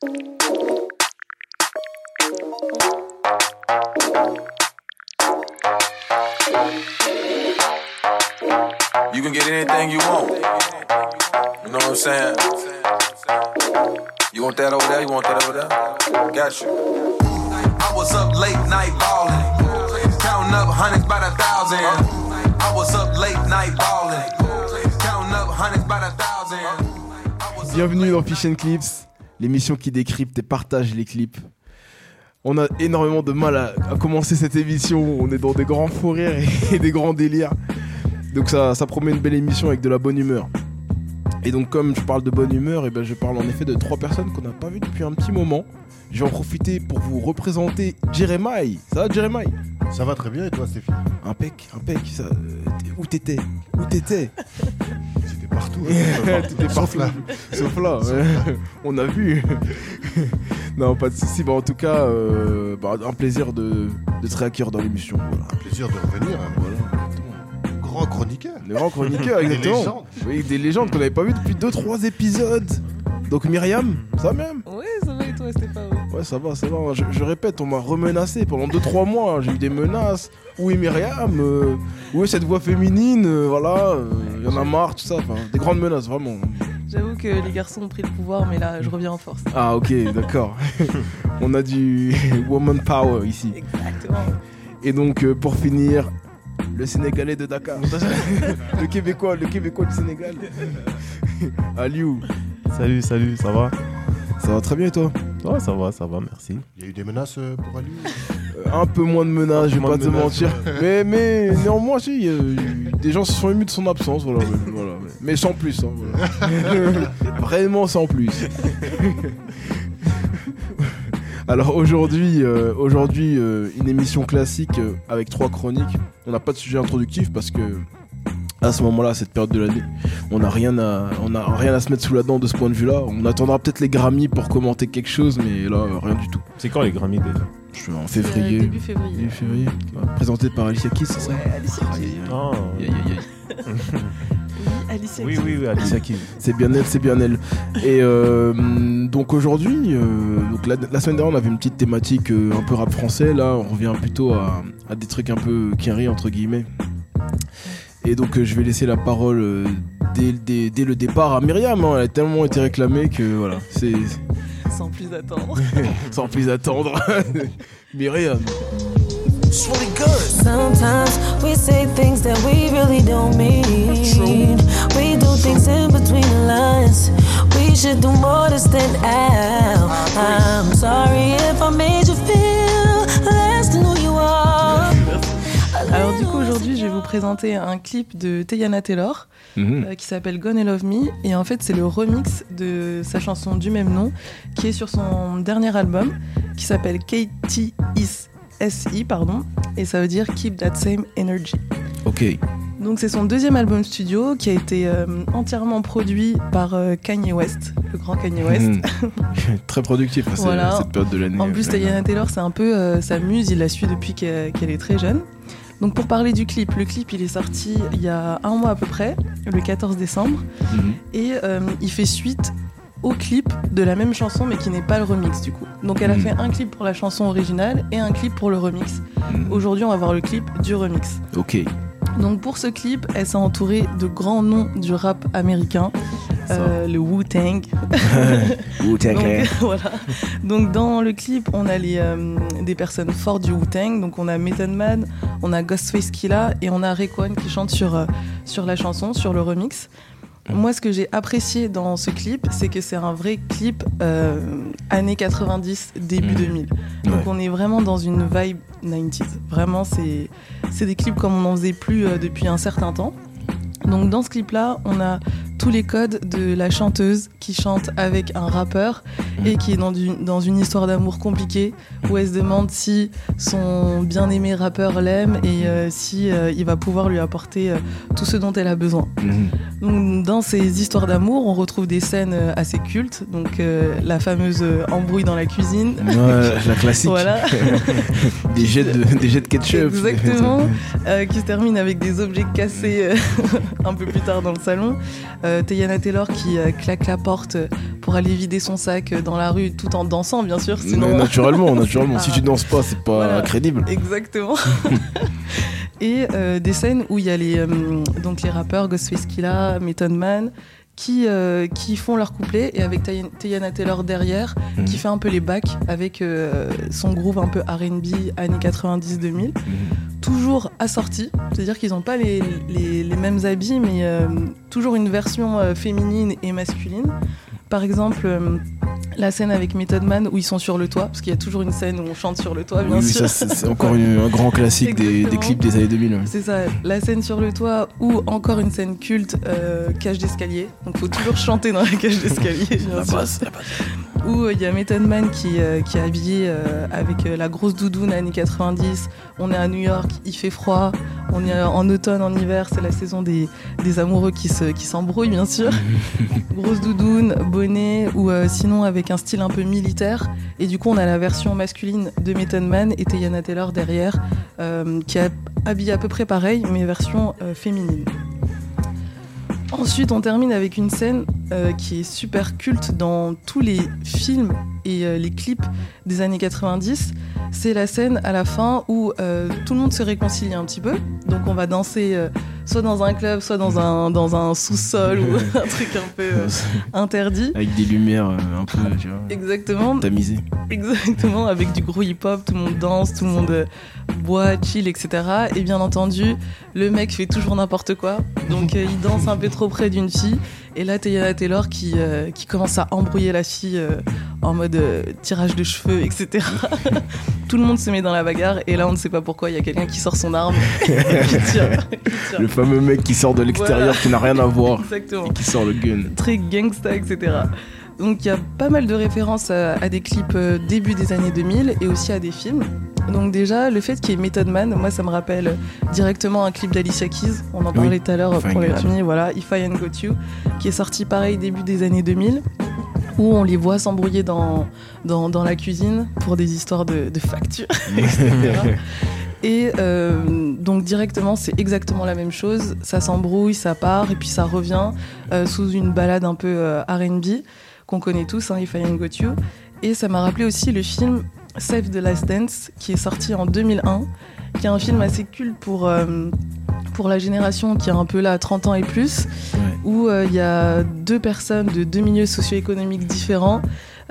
You can get anything you want. You know what I'm saying? You want that over there? You want that over there? Got you. I was up late night ballin', counting up hundreds by the thousand. I was up late night ballin', counting up hundreds by the thousand. Bienvenue dans Fish & Clips, l'émission qui décrypte et partage les clips. On a énormément de mal à commencer cette émission, on est dans des grands fous rires et des grands délires. Donc ça promet une belle émission avec de la bonne humeur. Et donc comme je parle de bonne humeur, et ben je parle en effet de 3 personnes qu'on n'a pas vues depuis un petit moment. Je vais en profiter pour vous représenter Jeremiah. Ça va Jeremiah? Ça va très bien et toi Stéphie? Impec. Ça, où t'étais? J'étais partout. T'étais Sauf là. Sauf là, ouais. On a vu. Non, pas de soucis. Bah, en tout cas, un plaisir de te accueillir dans l'émission. Voilà. Un plaisir de revenir. Voilà. Grand chroniqueur. Des grands chroniqueurs, exactement. Des légendes. Oui, des légendes qu'on n'avait pas vues depuis 2-3 épisodes. Donc Myriam, ça même? Ouais, ça va et toi Stéphane? Ouais, ça va. Je répète, on m'a remenacé pendant 2-3 mois. J'ai eu des menaces. Où est Myriam? Où est cette voix féminine? Voilà, y en a marre, tout ça. Enfin, des grandes menaces, vraiment. J'avoue que les garçons ont pris le pouvoir, mais là, je reviens en force. Ah, ok, d'accord. On a du woman power ici. Exactement. Et donc, pour finir, le Sénégalais de Dakar. le Québécois du Sénégal. Aliou. Salut, ça va? Ça va très bien et toi? Ouais, ça va, merci. Il y a eu des menaces pour Ali? Un peu moins de menaces, je vais pas te mentir. Mais néanmoins, si, des gens se sont émus de son absence, voilà. Mais sans plus, hein, voilà. Vraiment sans plus. Alors aujourd'hui, une émission classique avec 3 chroniques. On n'a pas de sujet introductif parce que à ce moment-là, cette période de l'année, on n'a rien à se mettre sous la dent de ce point de vue-là. On attendra peut-être les Grammys pour commenter quelque chose, mais là, rien du tout. C'est quand les Grammys déjà? Je suis en février. Début février. Présenté par Alicia Keys, c'est ça? Ouais, Alicia Keys. Oh. Alicia Oui, Keys. Alicia Keys. C'est bien elle. Et donc aujourd'hui, la semaine dernière, on avait une petite thématique un peu rap français. Là, on revient plutôt à des trucs un peu kiri, entre guillemets. Et donc je vais laisser la parole dès le départ à Myriam, hein. Elle a tellement été réclamée que voilà, c'est... Sans plus attendre. Sans plus attendre. Myriam. Sometimes we say things that we really don't mean. We do things in between the lines. We should do more to stand out. I'm sorry if I made you feel less than who you are. Alors du coup aujourd'hui je vais vous présenter un clip de Teyana Taylor qui s'appelle Gonna Love Me, et en fait c'est le remix de sa chanson du même nom qui est sur son dernier album qui s'appelle KTSI et ça veut dire Keep That Same Energy. Ok. Donc c'est son 2e album studio qui a été entièrement produit par Kanye West, le grand Kanye West. Très productif à voilà. Cette période de l'année. En plus Teyana Taylor c'est un peu sa muse, il la suit depuis qu'elle est très jeune. Donc pour parler du clip, le clip il est sorti il y a 1 mois à peu près, le 14 décembre, et il fait suite au clip de la même chanson mais qui n'est pas le remix du coup. Donc elle a fait un clip pour la chanson originale et un clip pour le remix. Aujourd'hui on va voir le clip du remix. Ok. Donc pour ce clip, elle s'est entourée de grands noms du rap américain. Le Wu-Tang. Wu-Tang. Donc, voilà. Donc dans le clip, on a des personnes fortes du Wu-Tang. Donc on a Method Man, on a Ghostface Killah et on a Raekwon qui chante sur la chanson, sur le remix. Moi, ce que j'ai apprécié dans ce clip, c'est que c'est un vrai clip années 90, début 2000. Donc on est vraiment dans une vibe 90s. Vraiment, c'est des clips comme on n'en faisait plus depuis un certain temps. Donc dans ce clip-là, on a tous les codes de la chanteuse qui chante avec un rappeur et qui est dans une histoire d'amour compliquée où elle se demande si son bien-aimé rappeur l'aime et si il va pouvoir lui apporter tout ce dont elle a besoin. Donc, dans ces histoires d'amour, on retrouve des scènes assez cultes, donc la fameuse embrouille dans la cuisine. Ouais, la classique. Voilà. des jets de ketchup. Exactement. Qui se termine avec des objets cassés un peu plus tard dans le salon. Teyana Taylor qui claque la porte pour aller vider son sac dans la rue tout en dansant, bien sûr. Sinon... Mais naturellement. Si tu danses pas, c'est pas Voilà. crédible. Exactement. Et des scènes où il y a donc les rappeurs Ghostface Killah, Method Man qui font leur couplet et avec Teyana Taylor derrière qui fait un peu les backs avec son groove un peu R&B années 90-2000. Toujours assorti, c'est-à-dire qu'ils n'ont pas les mêmes habits mais toujours une version féminine et masculine. Par exemple, la scène avec Method Man où ils sont sur le toit, parce qu'il y a toujours une scène où on chante sur le toit, bien Oui, sûr. ça, c'est encore un grand classique des clips des années 2000. Ouais. C'est ça, la scène sur le toit ou encore une scène culte, cage d'escalier. Donc faut toujours chanter dans la cage d'escalier, bien sûr. Où il y a Method Man qui est habillé avec la grosse doudoune années 90. On est à New York, il fait froid. On est en automne, en hiver, c'est la saison des amoureux qui s'embrouillent, bien sûr. Grosse doudoune, bonnet ou sinon avec un style un peu militaire. Et du coup, on a la version masculine de Method Man et Teyana Taylor derrière qui est habillée à peu près pareil, mais version féminine. Ensuite, on termine avec une scène qui est super culte dans tous les films et les clips des années 90. C'est la scène à la fin où tout le monde se réconcilie un petit peu. Donc on va danser soit dans un club, soit dans un sous-sol ou un truc un peu interdit. Avec des lumières un peu, tu vois, Exactement. tamisées. Exactement, avec du gros hip-hop, tout le monde danse, tout le monde boit, chill, etc. Et bien entendu, le mec fait toujours n'importe quoi. Donc il danse un peu trop près d'une fille. Et là, Teyana Taylor qui commence à embrouiller la fille en mode tirage de cheveux, etc. Tout le monde se met dans la bagarre. Et là, on ne sait pas pourquoi, il y a quelqu'un qui sort son arme et qui tire. Le fameux mec qui sort de l'extérieur, Voilà. qui n'a rien à voir, Exactement. et qui sort le gun. Très gangsta, etc. Donc il y a pas mal de références à des clips début des années 2000 et aussi à des films. Donc déjà, le fait qu'il y ait Method Man, moi ça me rappelle directement un clip d'Alicia Keys, on en parlait tout à l'heure If I pour les Got You. amis, voilà, If I Ain't Got You, qui est sorti pareil début des années 2000, où on les voit s'embrouiller dans la cuisine pour des histoires de factures, etc. Et donc directement, c'est exactement la même chose. Ça s'embrouille, ça part, et puis ça revient sous une balade un peu R&B qu'on connaît tous, hein, If I Ain't Got You. Et ça m'a rappelé aussi le film Save the Last Dance, qui est sorti en 2001, qui est un film assez culte pour la génération qui est un peu là, 30 ans et plus, où il y a deux personnes de deux milieux socio-économiques différents,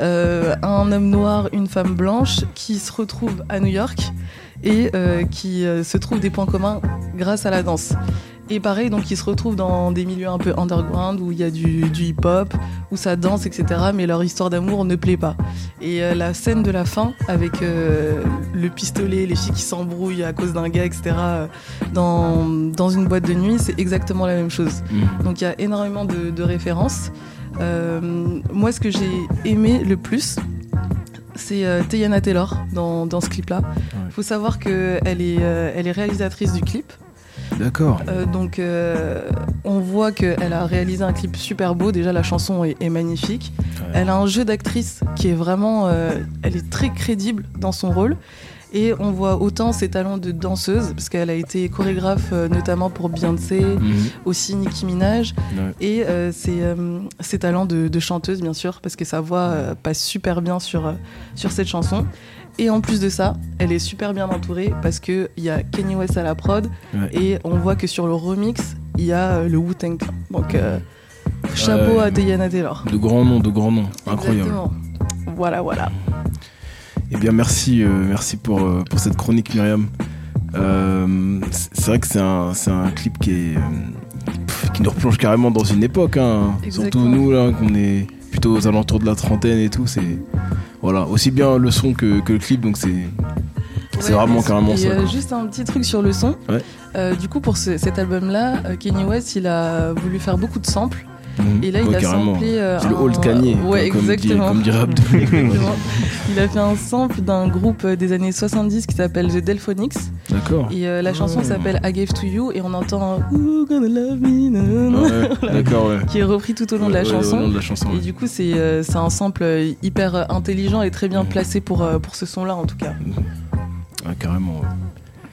un homme noir, une femme blanche, qui se retrouvent à New York et qui se trouvent des points communs grâce à la danse. Et pareil, donc ils se retrouvent dans des milieux un peu underground où il y a du hip-hop, où ça danse, etc. Mais leur histoire d'amour ne plaît pas. Et la scène de la fin, avec le pistolet, les filles qui s'embrouillent à cause d'un gars, etc. Dans une boîte de nuit, c'est exactement la même chose. Donc il y a énormément de références. Moi, ce que j'ai aimé le plus, c'est Teyana Taylor dans ce clip-là. Il faut savoir qu'elle est réalisatrice du clip. D'accord. Donc on voit qu'elle a réalisé un clip super beau. Déjà la chanson est magnifique. Ouais. Elle a un jeu d'actrice qui est vraiment... elle est très crédible dans son rôle. Et on voit autant ses talents de danseuse, parce qu'elle a été chorégraphe notamment pour Beyoncé, aussi Nicki Minaj, et ses talents de chanteuse bien sûr, parce que sa voix passe super bien sur cette chanson. Et en plus de ça, elle est super bien entourée parce qu'il y a Kanye West à la prod, et on voit que sur le remix, il y a le Wu-Tang Clan. Donc chapeau à Teyana Taylor. De grands noms, incroyable. Exactement. Voilà. Eh bien merci pour cette chronique, Myriam. C'est vrai que c'est un clip qui nous replonge carrément dans une époque, hein. Surtout nous là, qu'on est plutôt aux alentours de la trentaine et tout, c'est voilà, aussi bien le son que le clip, donc c'est vraiment carrément ça. Juste un petit truc sur le son. Du coup, pour cet album-là, Kanye West, il a voulu faire beaucoup de samples. Et là, il a samplé. C'est le old Kanye, comme dirait Abdou. Exactement. Il a fait un sample d'un groupe des années 70 qui s'appelle The Delphonics. D'accord. Et la chanson s'appelle I Gave to You, et on entend Who gonna love me, voilà. D'accord, qui est repris tout au long de la chanson. Au long de la chanson, et du coup, c'est un sample hyper intelligent et très bien placé pour ce son-là, en tout cas. Ah, carrément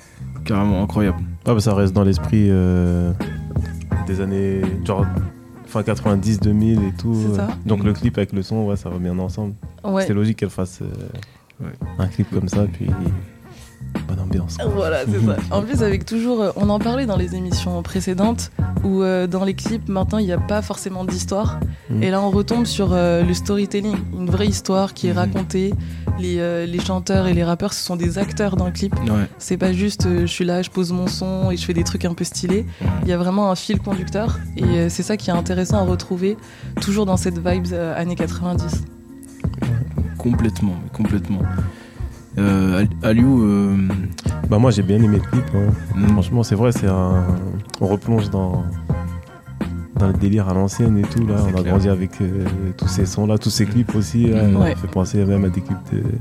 incroyable. Ah, bah, ça reste dans l'esprit des années, genre fin 90, 2000 et tout. C'est ça. Donc le clip avec le son, ouais, ça va bien ensemble. Ouais. C'était logique qu'elle fasse un clip comme ça, puis bonne ambiance. Voilà, c'est ça. En plus, avec toujours, on en parlait dans les émissions précédentes, où dans les clips, maintenant, il n'y a pas forcément d'histoire. Et là, on retombe sur le storytelling, une vraie histoire qui est racontée. Les chanteurs et les rappeurs, ce sont des acteurs dans le clip. Ouais. C'est pas juste je suis là, je pose mon son et je fais des trucs un peu stylés. Il y a vraiment un fil conducteur et c'est ça qui est intéressant à retrouver toujours dans cette vibe années 90. Complètement. Aliou, Bah moi j'ai bien aimé le clip. Franchement c'est vrai, on replonge dans le délire à l'ancienne et tout là. C'est On a clair. grandi avec tous ces sons là, tous ces clips aussi. Là. Ouais. Ça fait penser même à des clips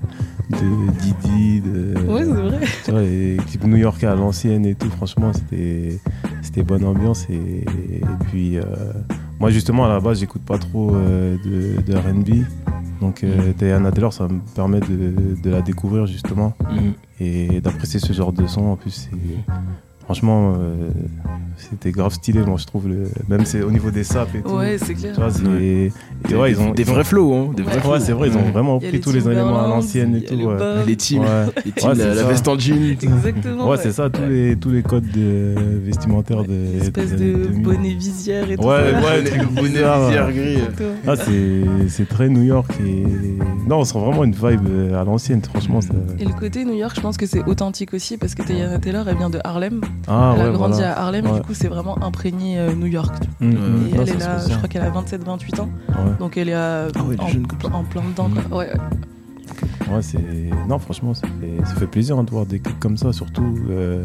de Didi, Ouais, c'est vrai. tu vois, les clips new-yorkais à l'ancienne et tout. Franchement c'était bonne ambiance et puis moi justement à la base j'écoute pas trop de R&B. Donc Diana Taylor, ça me permet de la découvrir justement et d'apprécier ce genre de son. En plus, franchement, c'était grave stylé, moi je trouve. Même c'est au niveau des saps et tout. Ouais, c'est clair. Tu vois, ils ont des vrais flows, hein, des Ouais. vrais flows. Ouais, c'est vrai, ils ont vraiment Il y a pris tous les Timberland, éléments à l'ancienne et il y a tout. le Ouais. bob. Les teams, Ouais. les teams, Ouais, c'est la ça. veste en jean. Exactement. Ouais, c'est ça, tous les codes vestimentaires de. Espèce des de années 2000. bonnet visière et tout. Ouais, ça. ouais, Le bonnet bizarre. visière gris. Ah, c'est très New York et. Non, on sent vraiment une vibe à l'ancienne, franchement. Ça... Et le côté New York, je pense que c'est authentique aussi parce que Diana Taylor, elle vient de Harlem. Ah, Elle a ouais, grandi voilà. à Harlem, Ouais. du coup, c'est vraiment imprégné New York. Mm, mm. Et Ouais, elle ça est se là, ressent. je crois qu'elle a 27-28 ans. Ouais. Donc elle est Ah ouais, elle est jeune comme ça. en plein dedans. Quoi. Ouais. Ouais, non, franchement, ça fait plaisir de voir des clips comme ça, surtout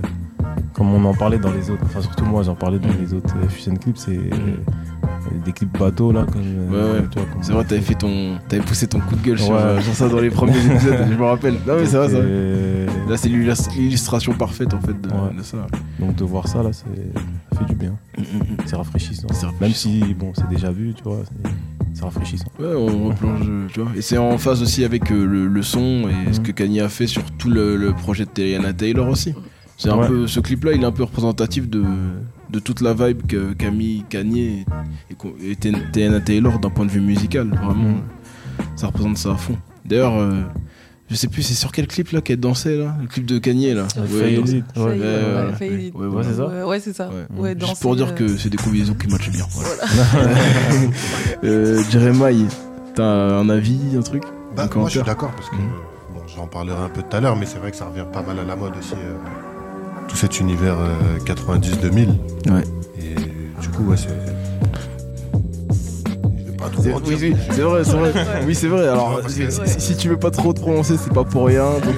comme on en parlait dans les autres. Enfin, surtout moi, j'en parlais dans les autres Fusion clips. C'est des clips bateaux là. Comme, Ouais. tu vois, comme- C'est vrai, t'avais poussé ton coup de gueule sur Ouais. ça dans les premiers épisodes, je me rappelle. Non, mais c'est vrai, ça. Et- Là, c'est l'illustration parfaite en fait de ça. Donc de voir ça là, ça fait du bien. C'est rafraîchissant. C'est rafraîchissant. Même si bon, c'est déjà vu, tu vois, c'est rafraîchissant. Ouais, on replonge, tu vois. Et c'est en phase aussi avec le son et ce que Kanye a fait sur tout le projet de Diana Taylor aussi. C'est un Ouais. peu, ce clip-là, il est un peu représentatif de toute la vibe qu'a mis Kanye et Diana Taylor d'un point de vue musical. Vraiment, ça représente ça à fond. D'ailleurs, je sais plus, c'est sur quel clip là qu'elle dansait là, le clip de Kanye là. Fade donc- It, ouais. Fade It. Ouais, Ouais, c'est ça. Ouais, c'est ça. Ouais. Ouais, Juste danser, pour dire que c'est des combinaisons qui matchent bien. Voilà. Voilà. Jeremiah, t'as un avis, un truc, Bah, un moi, je suis commentaire? d'accord parce que bon, j'en parlerai un peu tout à l'heure, mais c'est vrai que ça revient pas mal à la mode aussi, tout cet univers 90-2000. Ouais. Et du coup, ouais, c'est. Je vais pas trop mentir. Oui, c'est vrai, c'est vrai. Oui, c'est vrai. Alors, parce que- si tu veux pas trop te prononcer, c'est pas pour rien. Donc,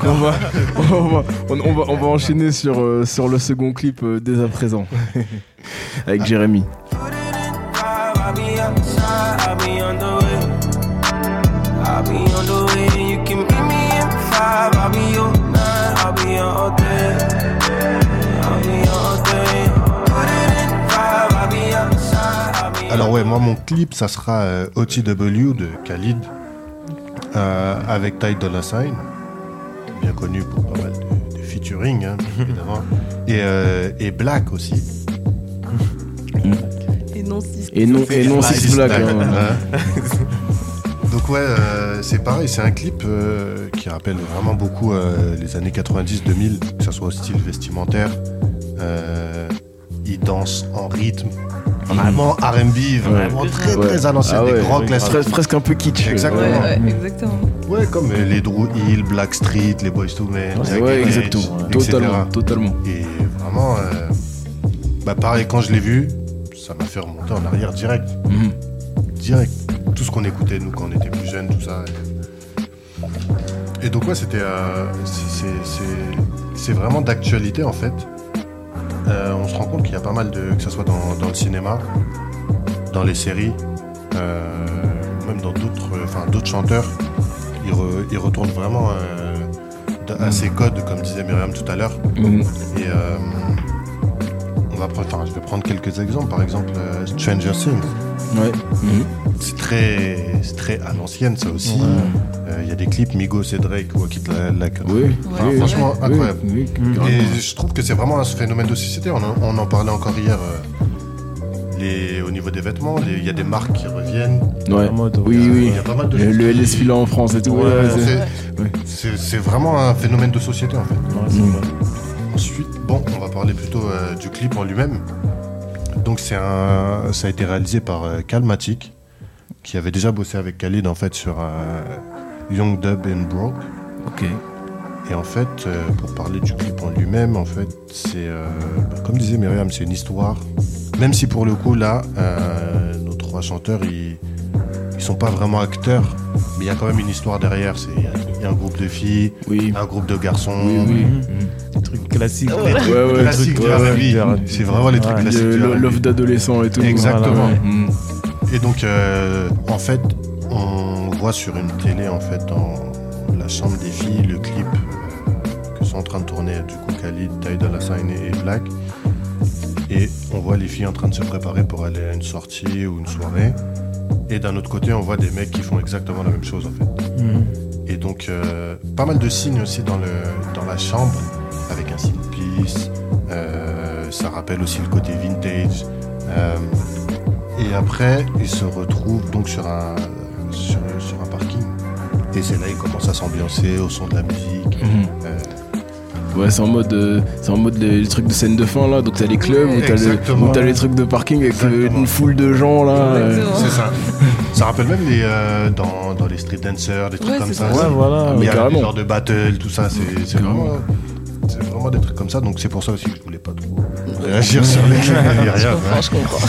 on va enchaîner sur le second clip dès à présent. Avec Jérémy. I'll be outside, I'll be on the way. I'll be on the way, you can meet me at 5. I'll be on 9, I'll be on all day. I'll be on all day. Put it in 5, I'll be outside, I'll be on Alors, ouais, moi, mon clip, ça sera OTW de Khalid avec Ty Dolla $ign, bien connu pour pas mal de featuring, hein, évidemment. Et Black aussi. Et non, Et non, Six Black. Hein. Ouais. Donc ouais, c'est pareil, c'est un clip qui rappelle vraiment beaucoup les années 90-2000, que ce soit au style vestimentaire. Il danse en rythme, vraiment R&B, vraiment très Ouais. très à l'ancienne, Ah ouais, des grands ouais, classiques. Presque un peu kitsch. Exactement. Ouais, exactement. Ouais, comme les Drew Hill, Blackstreet, les Boyz II Men, Ouais, Jagged Edge, exactement. etc. Totalement. Et vraiment, bah pareil, quand je l'ai vu, ça m'a fait remonter en arrière direct. Direct. Tout ce qu'on écoutait, nous, quand on était plus jeunes, tout ça. Et donc, ouais, c'était. C'est vraiment d'actualité, en fait. On se rend compte qu'il y a pas mal de. Que ce soit dans le cinéma, dans les séries, même dans d'autres chanteurs, ils retournent vraiment à ces codes, comme disait Myriam tout à l'heure. Et je vais prendre quelques exemples. Par exemple, Stranger Things. Ouais. C'est très à l'ancienne, ça aussi. Il y a des clips, Migos et Drake, Walk It Like. Oui. Enfin, Oui, franchement, oui, incroyable. oui, Et je trouve que c'est vraiment un phénomène de société. On en parlait encore hier. au niveau des vêtements, il y a des marques qui reviennent. Ouais. En mode, Oui, Il oui. y a pas mal de Le choses qui- LS Fila en France et tout. Ouais, ouais, c'est vraiment un phénomène de société en fait. Ouais, c'est vrai. Ensuite, bon, on va parler plutôt du clip en lui-même. Donc ça a été réalisé par Calmatic, qui avait déjà bossé avec Khalid en fait sur Young Dub and Broke. Ok. Et en fait, pour parler du clip en lui-même, en fait, c'est comme disait Myriam, c'est une histoire. Même si pour le coup là, nos trois chanteurs, ils sont pas vraiment acteurs, mais il y a quand même une histoire derrière. Il y a un groupe de filles, Oui. un groupe de garçons. Oui. Des trucs classiques. Les trucs Ouais, classiques du ouais, R&B. C'est vraiment les trucs Ouais. classiques du Le R&B. love d'adolescent et tout. Exactement. Voilà, ouais. Et donc, en fait, on voit sur une télé, en fait, dans la chambre des filles, le clip que sont en train de tourner, du coup, Khalid, Ty Dolla $ign et Black. Et on voit les filles en train de se préparer pour aller à une sortie ou une soirée. Et d'un autre côté, on voit des mecs qui font exactement la même chose, en fait. Mhm. Et donc, pas mal de signes aussi dans la chambre, avec un signe peace. Ça rappelle aussi le côté vintage. Et après, ils se retrouvent donc sur un parking. Et c'est là qu'ils commencent à s'ambiancer au son de la musique. Ouais, c'est en mode les trucs de scène de fin là. Donc t'as les clubs où Exactement. t'as les trucs de parking avec Exactement. une foule de gens là. Exactement. C'est ça. Ça rappelle même dans les street dancers, des trucs Ouais, comme c'est ça. ça. Ouais, voilà. Il y a carrément. des genres de battle, tout ça. C'est Carrément. vraiment des trucs comme ça. Donc c'est pour ça aussi que je voulais pas trop réagir sur les clips. Je comprends.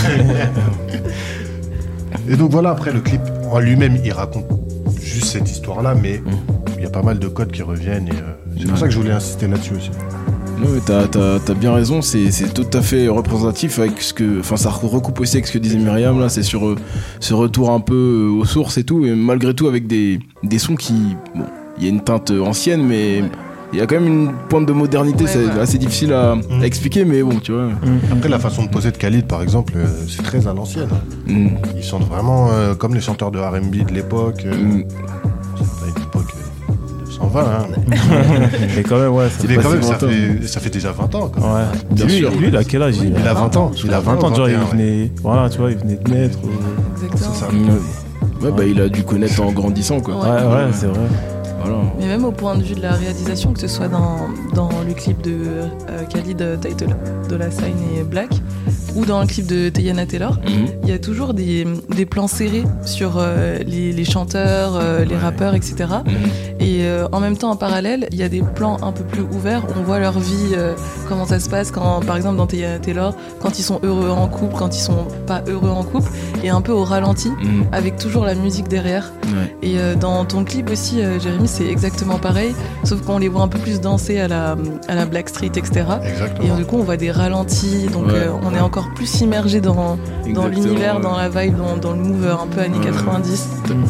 Et donc voilà, après le clip en lui-même, il raconte juste cette histoire-là, mais il y a pas mal de codes qui reviennent. Et c'est pour ça que je voulais insister là-dessus aussi. Non mais t'as bien raison, c'est tout à fait représentatif avec ce que, enfin ça recoupe aussi avec ce que disait Myriam là, c'est sur ce retour un peu aux sources et tout, et malgré tout avec des sons qui, bon, il y a une teinte ancienne, mais il y a quand même une pointe de modernité, Ouais, c'est voilà. assez difficile à expliquer, mais bon tu vois. Après, la façon de poser de Khalid, par exemple, c'est très à l'ancienne. Mm. Ils chantent vraiment comme les chanteurs de R&B de l'époque. C'est pas une époque 1920, hein. Mais quand même, ouais. Mais pas quand si même, lointain. ça fait déjà 20 ans. Quand même. Ouais. Bien lui, sûr. lui, il a quel âge Il a 20 ans. Il a 20 ans, genre, il 21, ouais. venait. Voilà, tu vois, il venait de naître. Exactement. C'est ça. Ouais, bah il a dû connaître en grandissant quoi. Ouais. Ouais, c'est vrai. Voilà. Mais même au point de vue de la réalisation, que ce soit dans le clip de Khalid, Ty Dolla $ign et Black, ou dans le clip de Teyana Taylor, il y a toujours des plans serrés sur les chanteurs, les rappeurs, etc. Et en même temps, en parallèle, il y a des plans un peu plus ouverts. On voit leur vie, comment ça se passe, quand, par exemple dans Teyana Taylor, quand ils sont heureux en couple, quand ils sont pas heureux en couple, et un peu au ralenti, avec toujours la musique derrière. Ouais. Et dans ton clip aussi, Jérémy, c'est exactement pareil, sauf qu'on les voit un peu plus danser à la Blackstreet, etc. Exactement. Et du coup, on voit des ralentis, donc Ouais. on est encore plus immergé dans Exactement, l'univers, ouais. dans la vibe, dans le move un peu années Ouais. 90.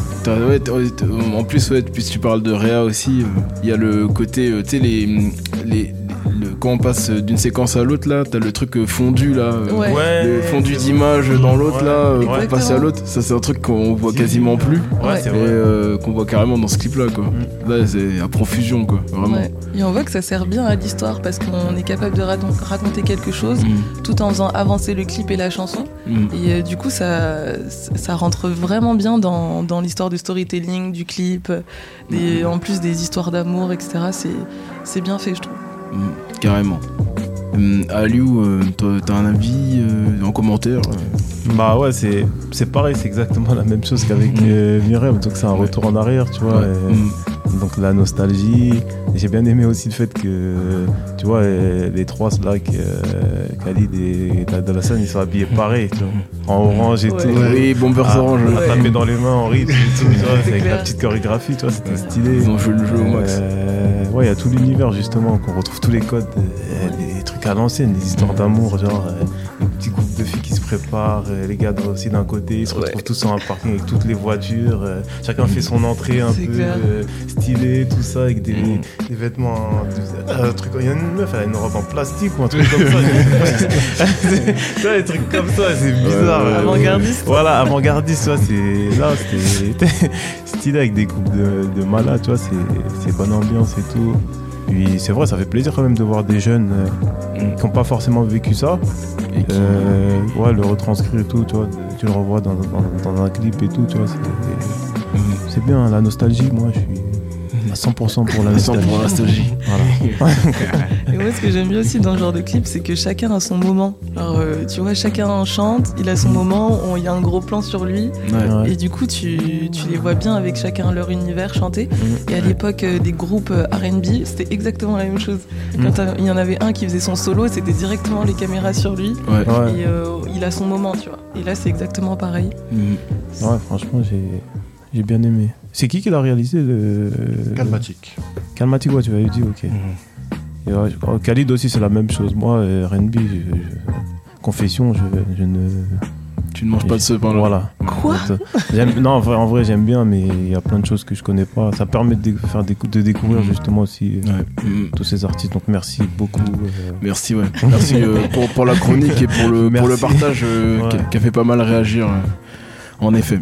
En plus, ouais, puisque tu parles de Réa aussi, il y a le côté, tu sais, quand on passe d'une séquence à l'autre, là, t'as le truc fondu, là, Ouais. le fondu d'image dans l'autre, Ouais. là, Exactement. pour passer à l'autre. Ça, c'est un truc qu'on voit quasiment plus, Ouais, c'est et vrai. qu'on voit carrément dans ce clip-là, quoi. Là, c'est à profusion, quoi, vraiment. Ouais. Et on voit que ça sert bien à l'histoire parce qu'on est capable de raconter quelque chose tout en faisant avancer le clip et la chanson. Et du coup, ça rentre vraiment bien dans l'histoire du storytelling, du clip, en plus des histoires d'amour, etc. C'est bien fait, je trouve. Carrément. Aliou, toi, t'as un avis en commentaire Bah ouais, c'est pareil, c'est exactement la même chose qu'avec Myriam. Donc c'est un retour en arrière, tu vois. Ouais. et donc la nostalgie. Et j'ai bien aimé aussi le fait que, tu vois, les trois Slack, Khalid et Ty Dolla $ign, ils sont habillés pareil, tu vois, en orange et Ouais. tout. Oui, Bombers Orange. À taper dans les mains en rythme et tout, tu vois, C'est avec clair. la petite chorégraphie, tu vois, c'était stylé. Ils ont joué le jeu au max. Ouais, il y a tout l'univers justement, qu'on retrouve tous les codes, des trucs à l'ancienne, des histoires d'amour, genre les petits groupes de filles qui se préparent, les gars aussi d'un côté, ils se retrouvent tous sur un parking avec toutes les voitures, chacun fait son entrée un C'est peu clair. stylée, tout ça, avec des vêtements, un truc, il y a une meuf, elle a une robe en plastique ou un truc comme ça. Tu vois, des trucs comme ça, c'est bizarre. Avant-gardiste. Voilà, avant-gardiste, tu vois, c'était stylé avec des coupes de malades, tu vois, c'est bonne ambiance et tout. puis c'est vrai, ça fait plaisir quand même de voir des jeunes qui n'ont pas forcément vécu ça. Et qui- Ouais, le retranscrire et tout, tu vois, tu le revois dans un clip et tout, tu vois, c'est bien, la nostalgie, moi je suis à 100% pour la nostalgie. pour la nostalgie. Voilà. Et moi, ce que j'aime bien aussi dans ce genre de clip, c'est que chacun a son moment. Alors, tu vois, chacun chante, il a son moment, il y a un gros plan sur lui. Ouais. Et du coup, tu les vois bien avec chacun leur univers chanter. Et à l'époque des groupes R&B, c'était exactement la même chose. Quand il y en avait un qui faisait son solo, c'était directement les caméras sur lui. Ouais. Ouais. Et il a son moment, tu vois. Et là, c'est exactement pareil. Ouais, franchement, j'ai bien aimé. C'est qui l'a réalisé le Calmatic. Calmatic, ouais, tu m'avais dit, ok. Et ouais, Khalid aussi, c'est la même chose. Moi, R&B, confession, je ne. Tu ne manges pas de ce pain là. Voilà. Quoi ? Non, en vrai, j'aime bien, mais il y a plein de choses que je connais pas. Ça permet de découvrir justement aussi tous ces artistes. Donc merci beaucoup. Merci, ouais. Merci pour la chronique et pour le Merci. partage Ouais. qui a fait pas mal réagir. En effet.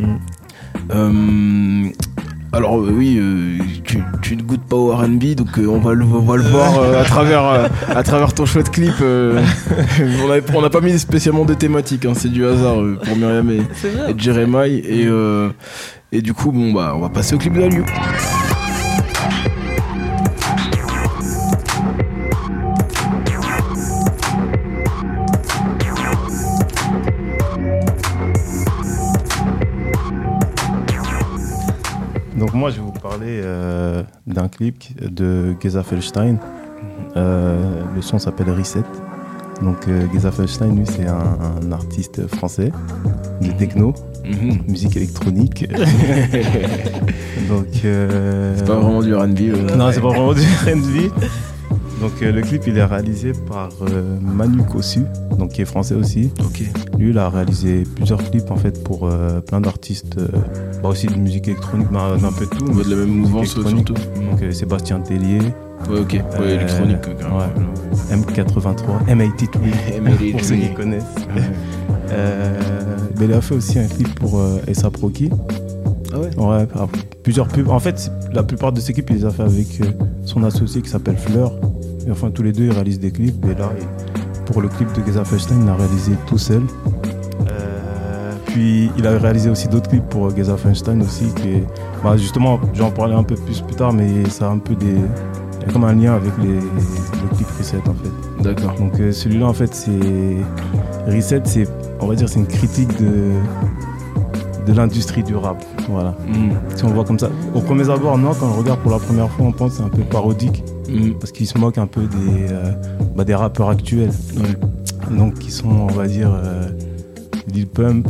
Alors oui, tu ne goûtes pas au R&B, donc on va le voir à travers ton chouette clip. On n'a pas mis spécialement de thématique, hein, c'est du hasard pour Myriam C'est vrai. et Jeremiah. Et du coup, bon bah, on va passer au clip de la Liu. Donc moi, je vais vous parler d'un clip de Geza Felstein. Le son s'appelle Reset. Donc Geza Felstein, lui, c'est un artiste français de techno, musique électronique. Donc C'est pas vraiment du R&B. non, c'est pas vraiment du R&B. Donc le clip, il est réalisé par Manu Kossu, donc qui est français aussi. Ok. Lui, il a réalisé plusieurs clips en fait pour plein d'artistes, aussi de musique électronique, d'un peu de tout. On va de la même Musique mouvance électronique. surtout. Donc Sébastien Tellier, Ouais, ok. Ouais, électronique. carrément. ouais. M83, M83, pour ceux qui connaissent. Mais il a fait aussi un clip pour A$AP Rocky. Ah ouais. Ouais, plusieurs pubs. En fait, la plupart de ses clips, il les a fait avec son associé qui s'appelle Fleur. Et enfin, tous les deux, ils réalisent des clips. Et là, pour le clip de Geza Felstein, il l'a réalisé tout seul. Puis, il a réalisé aussi d'autres clips pour Geza Felstein aussi. Justement, j'en parlerai un peu plus tard, mais ça a un peu des. Il y a comme un lien avec le clip Reset en fait. D'accord. Donc celui-là en fait c'est Reset, c'est on va dire c'est une critique de l'industrie du rap. Voilà. Si on le voit comme ça. Au premier abord, non, quand on le regarde pour la première fois, on pense que c'est un peu parodique parce qu'il se moque un peu des rappeurs actuels. Ouais. Donc qui sont on va dire Lil Pump,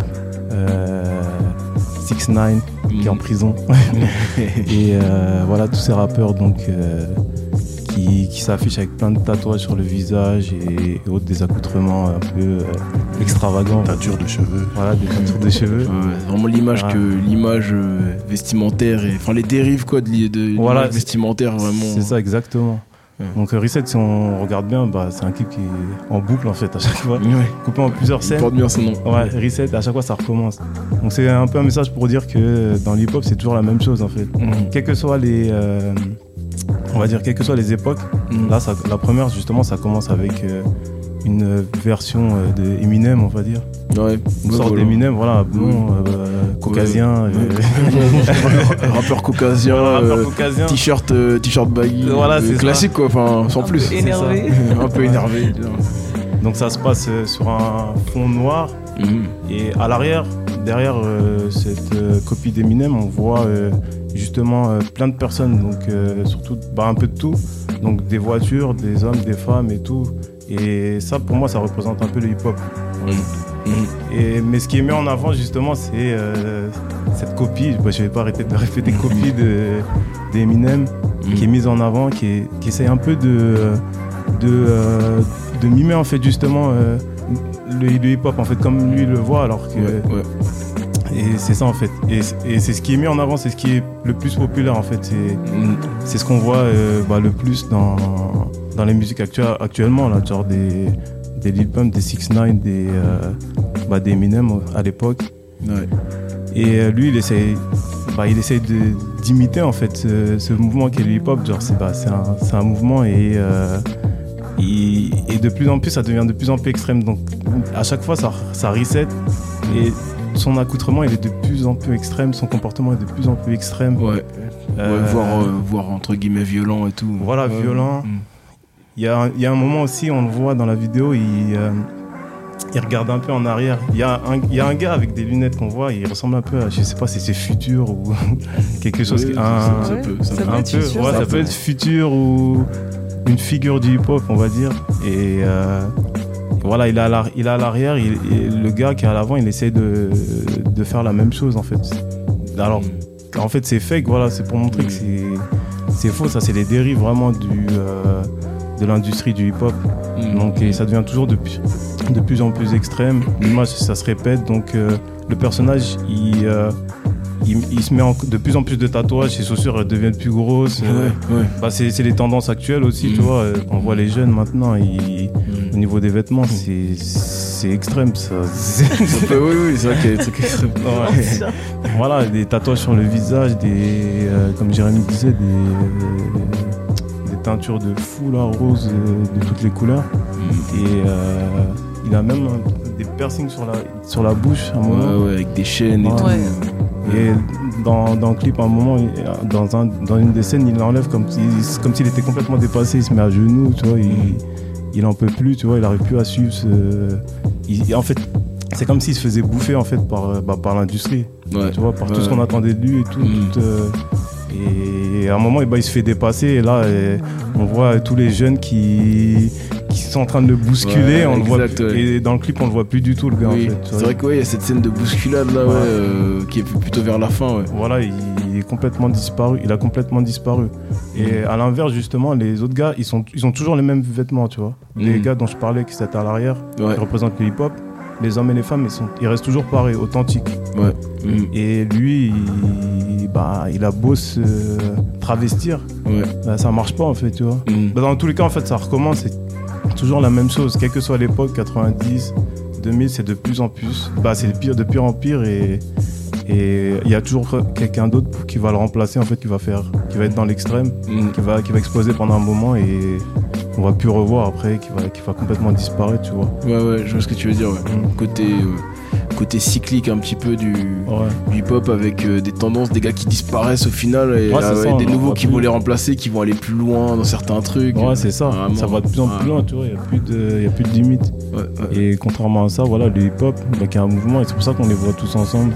6ix9ine qui est en prison et voilà tous ces rappeurs donc qui s'affichent avec plein de tatouages sur le visage et autres des accoutrements un peu extravagants. Teinture de cheveux. Voilà, des teintures de cheveux. Vraiment l'image Ouais. l'image vestimentaire et enfin les dérives quoi de Voilà, l'image vestimentaire vraiment. C'est ça exactement. Ouais. Donc Reset, si on regarde bien, c'est un clip qui est en boucle en fait à chaque fois, Ouais. coupé en plusieurs Il scènes. porte bien son nom. Ouais, Reset, à chaque fois ça recommence. Donc c'est un peu un message pour dire que dans l'hip-hop c'est toujours la même chose en fait. Quelles que soient les on va dire quelles que soient les époques. Là la première justement ça commence avec une version de Eminem on va dire. Ouais. Une sorte d'Eminem, voilà, blond, caucasien. Rappeur caucasien. Rappeur caucasien. T-shirt baggy. Voilà, c'est classique quoi, enfin sans Un plus. peu énervé. Un peu énervé. Donc ça se passe sur un fond noir. Et à l'arrière, derrière cette copie d'Eminem, on voit justement plein de personnes, donc surtout un peu de tout, donc des voitures, des hommes, des femmes et tout. Et ça, pour moi, ça représente un peu le hip-hop. Mais ce qui est mis en avant justement, c'est cette copie. Je vais pas arrêter de répéter copie d'Eminem qui est mise en avant, qui essaye un peu de mimer en fait justement le hip-hop en fait comme lui le voit alors que et c'est ça en fait et c'est ce qui est mis en avant, c'est ce qui est le plus populaire en fait, c'est ce qu'on voit le plus dans les musiques actuellement là, genre des Lil Pump, des 6ix9ine, des Eminem à l'époque. Ouais. Et lui il essaye il essaye d'imiter en fait ce mouvement qu'est le hip-hop. Genre c'est un mouvement et de plus en plus ça devient de plus en plus extrême. Donc à chaque fois ça reset et son accoutrement il est de plus en plus extrême, son comportement est de plus en plus extrême. Voire entre guillemets violent et tout. Voilà, violent. Il y a un moment aussi, on le voit dans la vidéo, il regarde un peu en arrière. Il y a un gars avec des lunettes qu'on voit, il ressemble un peu à, je sais pas si c'est Futur ou quelque chose. Ça peut être Futur ou une figure du hip-hop, on va dire. Et voilà, il est à l'arrière, et le gars qui est à l'avant, il essaie de faire la même chose en fait. Alors, en fait, c'est fake, voilà, c'est pour montrer que c'est faux. Ça, c'est les dérives vraiment de l'industrie du hip-hop. Donc, et ça devient toujours de plus en plus extrême. L'image, ça se répète. Donc, le personnage, il se met de plus en plus de tatouages. Ses chaussures elles deviennent plus grosses. C'est les tendances actuelles aussi, tu vois. On voit les jeunes maintenant, au niveau des vêtements, c'est extrême. Ça. Oui, c'est vrai qu'il y a des trucs extrêmes. Ouais. Voilà, des tatouages sur le visage, comme Jérémy disait, des teintures de fou, là, roses, de toutes les couleurs. Et il a même des piercings sur la bouche à un moment. Ouais, avec des chaînes et tout. Et dans le clip, à un moment, dans une des scènes, il l'enlève comme s'il était complètement dépassé. Il se met à genoux, tu vois. Il en peut plus, tu vois. Il n'arrive plus à suivre en fait, c'est comme s'il se faisait bouffer en fait par l'industrie, tu vois, par tout ce qu'on attendait de lui et tout. Et à un moment, il se fait dépasser. Et là, on voit tous les jeunes qui sont en train de le bousculer. On le voit, et dans le clip, on le voit plus du tout, le gars. En fait, c'est vrai qu'il y a cette scène de bousculade là, qui est plutôt vers la fin. Voilà, il est complètement disparu. Il a complètement disparu. Et à l'inverse, justement, les autres gars, ils ont toujours les mêmes vêtements, tu vois. Les gars dont je parlais, qui étaient à l'arrière, qui représentent le hip-hop. Les hommes et les femmes, ils restent toujours pareils, authentiques. Et lui, il a beau se travestir, ça marche pas en fait, tu vois. Dans tous les cas, en fait, ça recommence, c'est toujours la même chose, quelle que soit l'époque, 90, 2000, c'est de plus en plus, c'est de pire en pire, et il y a toujours quelqu'un d'autre qui va le remplacer, en fait, qui va être dans l'extrême, qui va exploser pendant un moment, et on va plus revoir après, qui va complètement disparaître, tu vois. Je vois ce que tu veux dire, côté cyclique un petit peu du hip-hop, avec des tendances, des gars qui disparaissent au final, et des nouveaux qui vont les remplacer, qui vont aller plus loin dans certains trucs. C'est ça, vraiment. Ça va de plus en plus loin, tu vois, il n'y a plus de limite. Et contrairement à ça, voilà, le hip-hop, qui est un mouvement, et c'est pour ça qu'on les voit tous ensemble.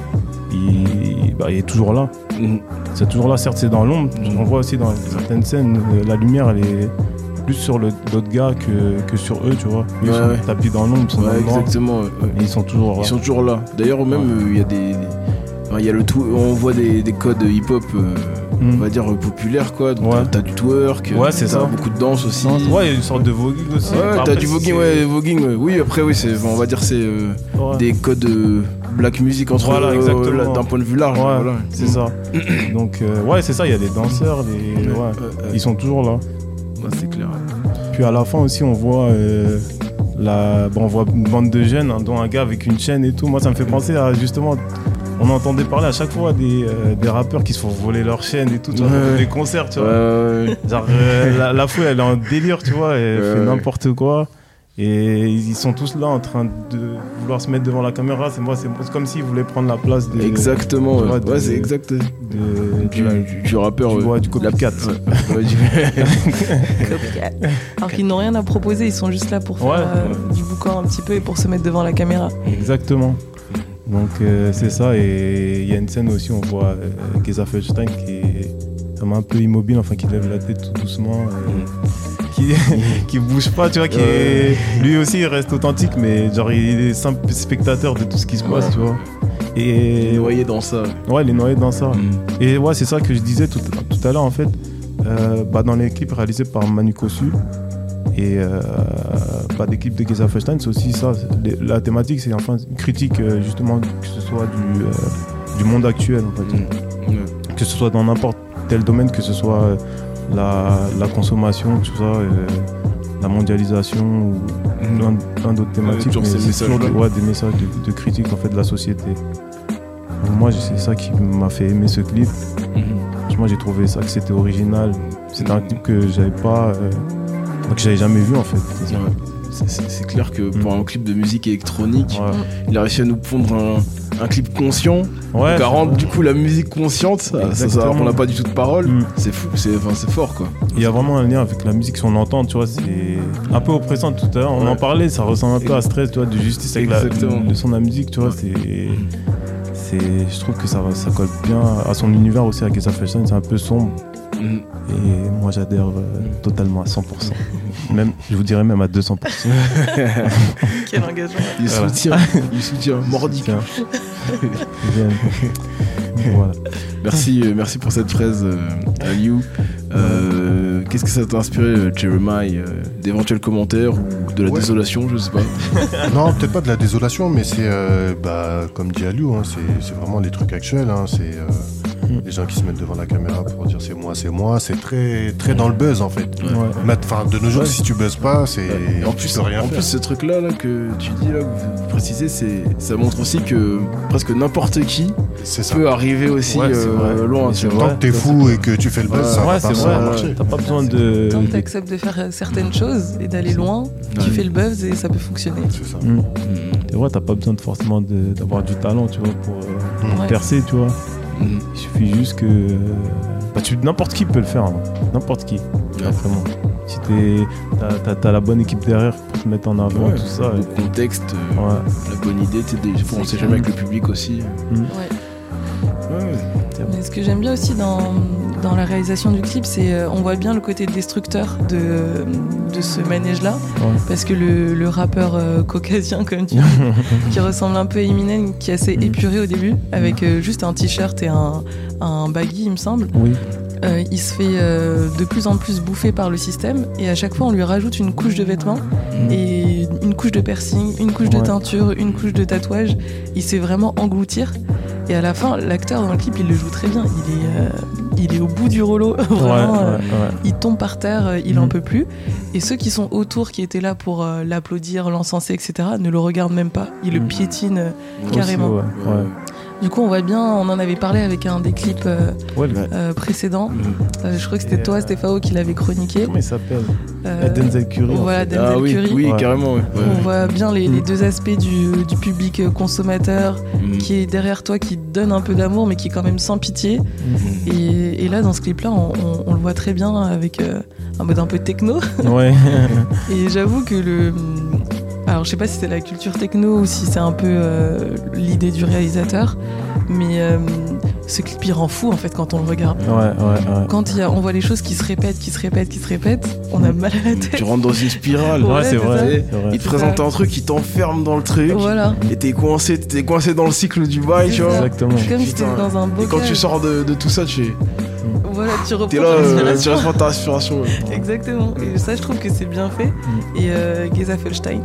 Il est toujours là. C'est toujours là, certes, c'est dans l'ombre. On voit aussi dans certaines scènes, la lumière, elle est plus sur l'autre gars que sur eux, tu vois. Ils sont tapis dans l'ombre, ils sont dans le noir. Exactement. Et ils sont toujours là. D'ailleurs, même, il y a on voit des codes hip-hop, on va dire populaires, quoi. Donc, t'as du twerk, c'est t'as ça. beaucoup de danse aussi. Il y a une sorte de voguing aussi. T'as du voguing, voguing. Oui, après, on va dire c'est des codes black music d'un point de vue large. C'est ça. Donc, c'est ça, il y a des danseurs, ils sont toujours là. C'est clair. Puis à la fin aussi, on voit on voit une bande de jeunes, dont un gars avec une chaîne et tout. Moi, ça me fait penser à, justement, on entendait parler à chaque fois des rappeurs qui se font voler leur chaîne et tout, tu vois, des concerts, tu vois. Genre, la foule, elle est en délire, tu vois, elle fait n'importe quoi. Et ils sont tous là en train de vouloir se mettre devant la caméra. C'est comme s'ils voulaient prendre la place de... Exactement, c'est exact. Du rappeur. Du copycat. Alors qu'ils n'ont rien à proposer, ils sont juste là pour faire du boucan un petit peu et pour se mettre devant la caméra. Exactement. Donc c'est ça. Et il y a une scène aussi où on voit Geza Felstein qui est comme un peu immobile, enfin qui lève la tête tout doucement. Qui bouge pas, tu vois, lui aussi il reste authentique, mais genre il est simple spectateur de tout ce qui se passe, tu vois. Et il est noyé dans ça. Il est noyé dans ça. Et c'est ça que je disais tout à l'heure en fait. Dans les clips réalisés par Manu Kossu et des clips de Geza Felstein, c'est aussi ça. La thématique, c'est enfin une critique justement, que ce soit du monde actuel en fait. Que ce soit dans n'importe quel domaine, que ce soit la consommation, tout ça, la mondialisation ou plein d'autres thématiques, mais c'est toujours des messages de critique en fait de la société. Moi, c'est ça qui m'a fait aimer ce clip. Franchement, j'ai trouvé ça que c'était original. C'était un clip que j'avais pas, que j'avais jamais vu en fait. C'est clair que pour un clip de musique électronique, il a réussi à nous pondre un clip conscient, donc à rendre du coup la musique consciente. Ça, on n'a pas du tout de parole. C'est fou, c'est fort quoi. Il y a vraiment un lien avec la musique, si on entend, tu vois, c'est un peu oppressant tout à l'heure. On en parlait, ça ressemble un peu à Stress, tu vois, de Justice avec le son de la musique, tu vois. Je trouve que ça colle bien à son univers aussi, à Geza Felstein, c'est un peu sombre. Et moi j'adhère totalement à 100%. Même, je vous dirais même à 200%. Quel engagement. Il soutient mordique. Voilà. Merci pour cette fraise, Aliou. Qu'est-ce que ça t'a inspiré, Jeremiah, d'éventuels commentaires ou de la désolation, je sais pas. Non, peut-être pas de la désolation, mais c'est comme dit Aliou, hein, c'est vraiment les trucs actuels. Hein, c'est les gens qui se mettent devant la caméra pour dire c'est moi, c'est très très dans le buzz en fait. Enfin, de nos jours, si tu buzzes pas, c'est en plus ce truc là que tu dis là, que vous précisez, ça montre aussi que presque n'importe qui peut arriver aussi loin. Tant que t'es fou et que tu fais le buzz, ça va marcher. T'as pas besoin de. Tant que t'acceptes de faire certaines choses et d'aller loin, tu fais le buzz et ça peut fonctionner. C'est ça. Et ouais, t'as pas besoin forcément d'avoir du talent, tu vois, pour percer, tu vois. Il suffit juste que n'importe qui peut le faire, hein. N'importe qui, vraiment. Si t'as la bonne équipe derrière pour te mettre en avant, tout ça. Le contexte, la bonne idée, on sait jamais avec le public aussi. Mais ce que j'aime bien aussi dans la réalisation du clip, c'est on voit bien le côté destructeur de ce manège-là, parce que le rappeur caucasien, comme tu dis, qui ressemble un peu à Eminem, qui est assez épuré au début, avec juste un t-shirt et un baggy, il me semble. Il se fait de plus en plus bouffer par le système, et à chaque fois on lui rajoute une couche de vêtements et une couche de piercing, une couche de teinture, une couche de tatouage. Il se fait vraiment engloutir, et à la fin l'acteur dans le clip il le joue très bien. Il est au bout du rouleau, vraiment. Il tombe par terre, il en peut plus, et ceux qui sont autour, qui étaient là pour l'applaudir, l'encenser, etc., ne le regardent même pas. Ils le piétinent carrément. Du coup, on voit bien, on en avait parlé avec un des clips précédents. Je crois que c'était toi, Stéphao, qui l'avait chroniqué. Comment il s'appelle Denzel Curry. Voilà, Denzel Curry. Oui, carrément. On voit bien les deux aspects du public consommateur qui est derrière toi, qui donne un peu d'amour, mais qui est quand même sans pitié. Et là, dans ce clip-là, on le voit très bien avec un mode un peu techno. Et j'avoue que alors je sais pas si c'est la culture techno ou si c'est un peu l'idée du réalisateur, mais ce clip il rend fou en fait quand on le regarde. Quand on voit les choses qui se répètent, on a mal à la tête. Tu rentres dans une spirale. C'est vrai. Il te présente un truc, il t'enferme dans le truc. Et t'es coincé dans le cycle du bail, tu vois. Exactement. Comme si t'étais dans un bocal. Et quand tu sors de tout ça, tu reprends t'es là, tu reprends ta respiration. Exactement. Et ça, je trouve que c'est bien fait. Et Geza Felstein,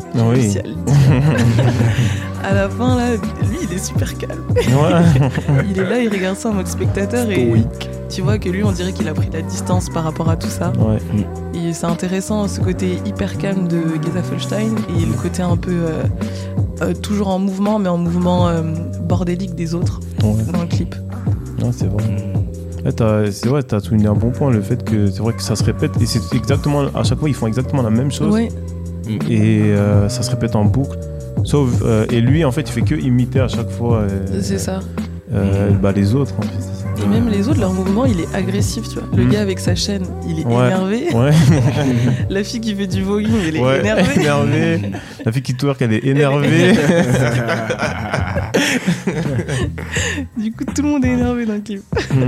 à la fin, là, lui, il est super calme. Il est là, il regarde ça en mode spectateur. Et tu vois que lui, on dirait qu'il a pris la distance par rapport à tout ça. Et c'est intéressant, ce côté hyper calme de Geza Felstein et le côté un peu toujours en mouvement, mais en mouvement bordélique des autres dans le clip. Non, c'est vrai. C'est vrai, t'as souligné un bon point, le fait que c'est vrai que ça se répète, et c'est exactement, à chaque fois ils font exactement la même chose, et ça se répète en boucle, sauf, et lui en fait il fait que imiter à chaque fois c'est ça. Les autres en fait, c'est ça. Et même les autres, leur mouvement il est agressif, tu vois. Le gars avec sa chaîne, il est énervé. La fille qui fait du voguing, elle est énervée. La fille qui twerk, elle est énervée. Du coup, tout le monde est énervé dans le clip.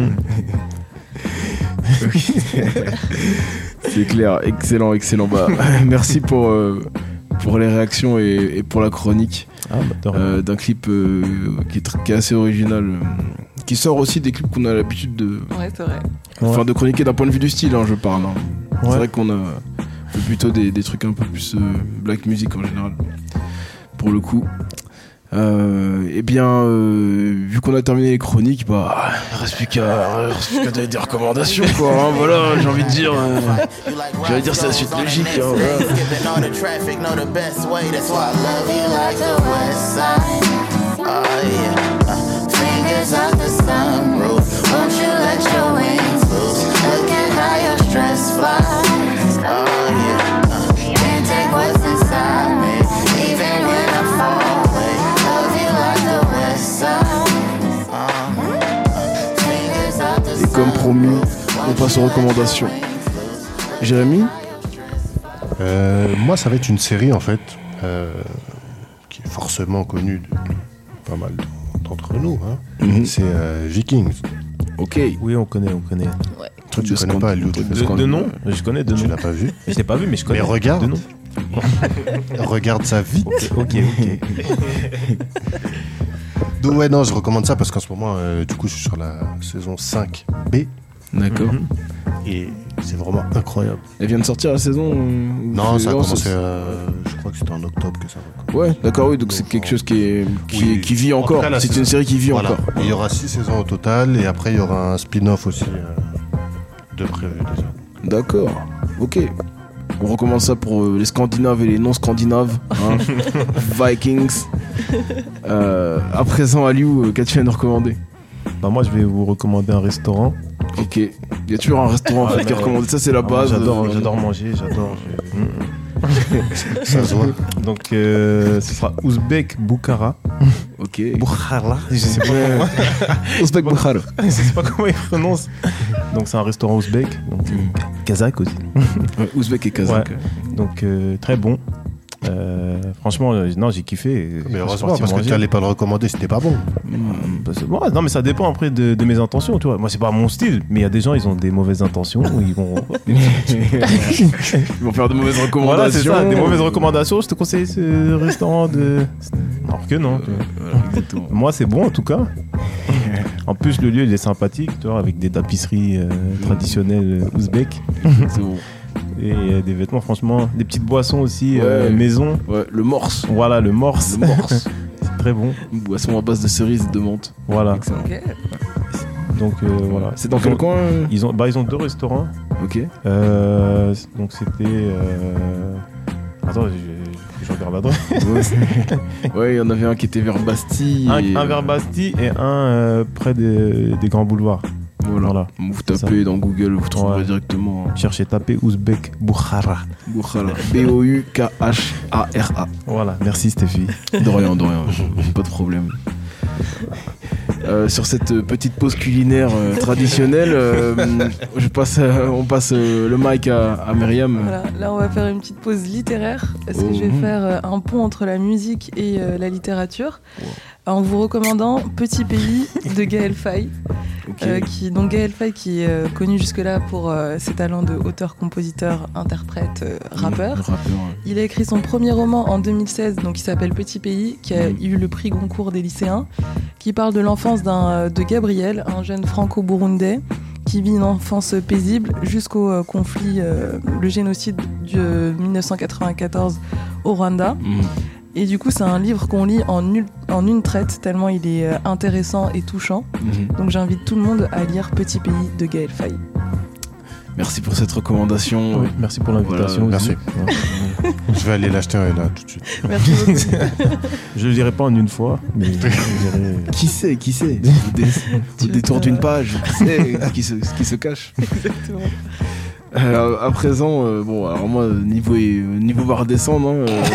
C'est clair, excellent. Bah, merci pour les réactions et pour la chronique d'un clip qui est assez original, qui sort aussi des clips qu'on a l'habitude de de chroniquer d'un point de vue du style, je parle. C'est vrai qu'on a plutôt des trucs un peu plus black music en général, pour le coup. Vu qu'on a terminé les chroniques, il reste plus qu'à des recommandations, quoi. Voilà, j'ai envie de dire. J'allais dire c'est la suite logique. fingers off the sunroof. Won't you let your wings loose? Look at how your stress flies. Oh yeah. Can't take what's inside me, even when I fall away. Love you like the west side. Fingers off the Et comme promis, on passe aux recommandations. Jérémy? Moi, ça va être une série en fait qui est forcément connue de pas mal d'entre nous. Hein. Mhm. C'est Vikings. Ok. Oui, on connaît. Toi, tu connais pas Lou, De nom, je connais de Tu nom. l'as pas vu. Je l'ai pas vu, mais je connais. Mais regarde. De nom. Regarde ça vite. Ok. Donc ouais, non, je recommande ça parce qu'en ce moment, du coup, je suis sur la saison 5B D'accord. et c'est vraiment incroyable. Elle vient de sortir la saison Non, ça a commencé, je crois que c'était en octobre que ça va commencer. Ouais, d'accord, oui, donc c'est quelque chose qui vit En tout encore. cas, la C'est saison- une série qui vit Voilà. encore. Il y aura 6 saisons au total et après il y aura un spin-off aussi de prévu déjà. D'accord, ok. On recommence ça pour les Scandinaves et les non-Scandinaves. Hein. Vikings. À présent, Aliou, qu'as-tu à nous recommander? Bah moi, je vais vous recommander un restaurant. Ok. Il y a toujours un restaurant en fait, qui est recommandé. Ça, c'est la base. J'adore manger, Ça se voit. Donc, ce sera Ouzbek Bukhara. Ok. Bukhara. Je sais pas comment. Ouzbek Bukhara. Je sais pas comment il prononce. Donc, c'est un restaurant ouzbek. Donc, kazakh aussi. Ouais, Ouzbek et Kazakh. Donc, très bon. Franchement, non, j'ai kiffé. Mais heureusement, parce que tu allais pas le recommander, c'était pas bon. Bon, non, mais ça dépend après de mes intentions, tu vois. Moi, c'est pas mon style, mais il y a des gens, ils ont des mauvaises intentions, ils vont. Ils vont faire de mauvaises recommandations. Voilà, c'est ça, des mauvaises recommandations. Je te conseille ce restaurant de. Alors que non. Voilà, exactement. Moi, c'est bon en tout cas. En plus, le lieu, il est sympathique, tu vois, avec des tapisseries traditionnelles ouzbèques. C'est bon. Et des vêtements, franchement, des petites boissons aussi, Ouais. maison. Ouais, le morse. Voilà, le morse. Le morse. C'est très bon. Une boisson à base de cerises et de menthe. Voilà. Excellent. Ok. Donc voilà. C'est dans quel coin Ils ont 2 restaurants. Ok. Donc c'était. Attends, je regarde l'adresse. Ouais, il y en avait un qui était vers Bastille. Un vers Bastille et un près des grands boulevards. Voilà. Vous tapez dans Google, vous trouverez Ouais. directement. Cherchez, tapez Ouzbek Bukhara. Bukhara. Boukhara. Voilà, merci Stéphie. De rien, pas de problème. Sur cette petite pause culinaire traditionnelle, on passe le mic à Myriam. Voilà, là on va faire une petite pause littéraire parce que je vais faire un pont entre la musique et la littérature en vous recommandant Petit Pays de Gaël Faye. Ok. Donc Gaël Faye qui est connu jusque-là pour ses talents de auteur, compositeur, interprète, rappeur. Rappeur. Il a écrit son premier roman en 2016, donc qui s'appelle Petit Pays, qui a eu le prix Goncourt des lycéens, qui parle de l'enfance de Gabriel, un jeune franco-burundais qui vit une enfance paisible jusqu'au conflit, le génocide de 1994 au Rwanda. Et du coup, c'est un livre qu'on lit en une traite, tellement il est intéressant et touchant. Donc j'invite tout le monde à lire Petit Pays de Gaël Faye. Merci pour cette recommandation. Oui, merci pour l'invitation. Voilà, aussi. merci. Je vais aller l'acheter là tout de suite. Merci beaucoup. Je le dirai pas en une fois, mais je dirai. Qui sait Au détour d'une page, qui sait ce qui se cache. Exactement. À présent, bon, alors moi, niveau va redescendre.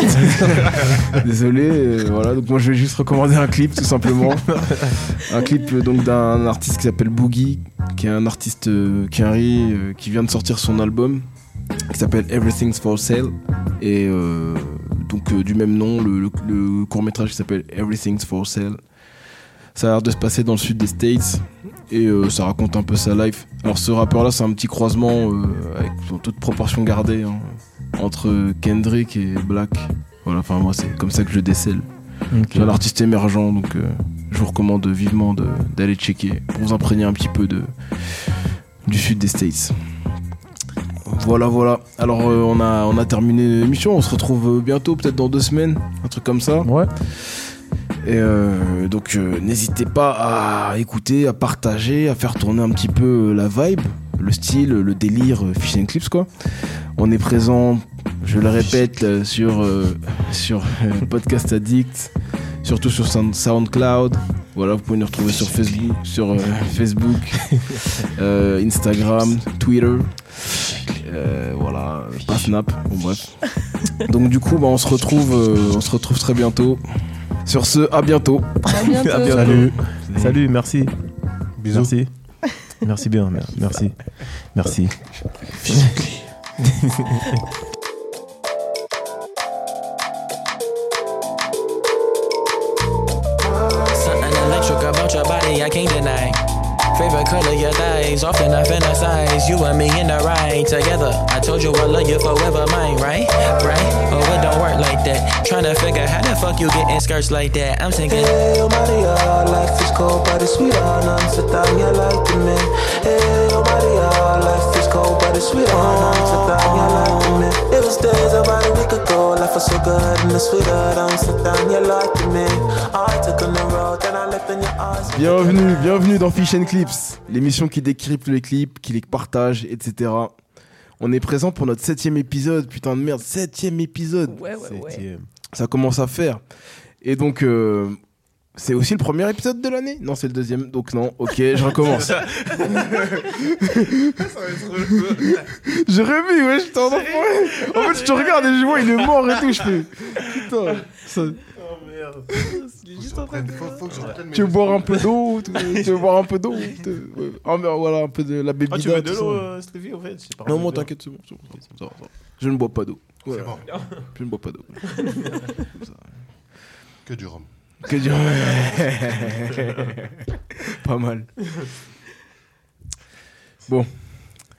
Désolé, voilà. Donc moi, je vais juste recommander un clip, tout simplement. Un clip donc d'un artiste qui s'appelle Boogie, qui est un artiste qui vient de sortir son album, qui s'appelle Everything's for Sale, et donc du même nom, le court métrage qui s'appelle Everything's for Sale. Ça a l'air de se passer dans le sud des States et ça raconte un peu sa life. Alors ce rappeur là, c'est un petit croisement avec toute proportion gardée entre Kendrick et Black. Voilà, enfin moi c'est comme ça que je décèle. Okay. C'est un artiste émergent, donc je vous recommande vivement d'aller checker pour vous imprégner un petit peu du sud des States. Voilà. Alors on a terminé l'émission, on se retrouve bientôt, peut-être dans 2 semaines, un truc comme ça. Ouais. Et donc n'hésitez pas à écouter, à partager, à faire tourner un petit peu la vibe, le style, le délire Fish and Clips quoi. On est présent, je le répète, sur Podcast Addict, surtout sur SoundCloud, Voilà, vous pouvez nous retrouver sur Facebook, Instagram, Twitter. Voilà, pas Snap, bon bref. Donc du coup, on se retrouve très bientôt. Sur ce, à bientôt. À bientôt. À bientôt. Salut, merci. Bisous. Merci. Merci bien, merci. Merci. Something electric about your body, I can't deny. Favorite color, your thighs. Often I fantasize you and me in the ride together. I told you I love you forever, mine, right? Right? Oh, it don't work like that. Tryna figure how the fuck you getting skirts like that. I'm thinking, hey, oh Maria, life is cold, but it's sweet on sit down, you like the man. Hey, oh Maria, life is cold, but it's sweet on sit down, you like the man. It was days about a week ago, life was so good and it's sweeter, don't sit down, you like the man. I took on the road, then I left in your eyes. Bienvenue dans Fish and Clips, l'émission qui décrypte les clips, qui les partage, etc. On est présent pour notre 7ème épisode, putain de merde, 7ème épisode. Ouais. Ça commence à faire. Et donc, c'est aussi le premier épisode de l'année? Non, c'est le deuxième, donc non, ok, je recommence. J'ai remis, ouais, j'étais en enfant. En fait, je te regarde et je vois, il est mort et tout, je fais... Putain, ça... Tu veux boire un peu d'eau? Tu veux boire un peu d'eau? Voilà, un peu de la baby. Tu veux de l'eau, Stevie, en fait? Non, moi, t'inquiète, c'est bon. Ça va. Je ne bois pas d'eau. Voilà. C'est bon. Je ne bois pas d'eau. Que du rhum. Que du... Pas mal. Bon,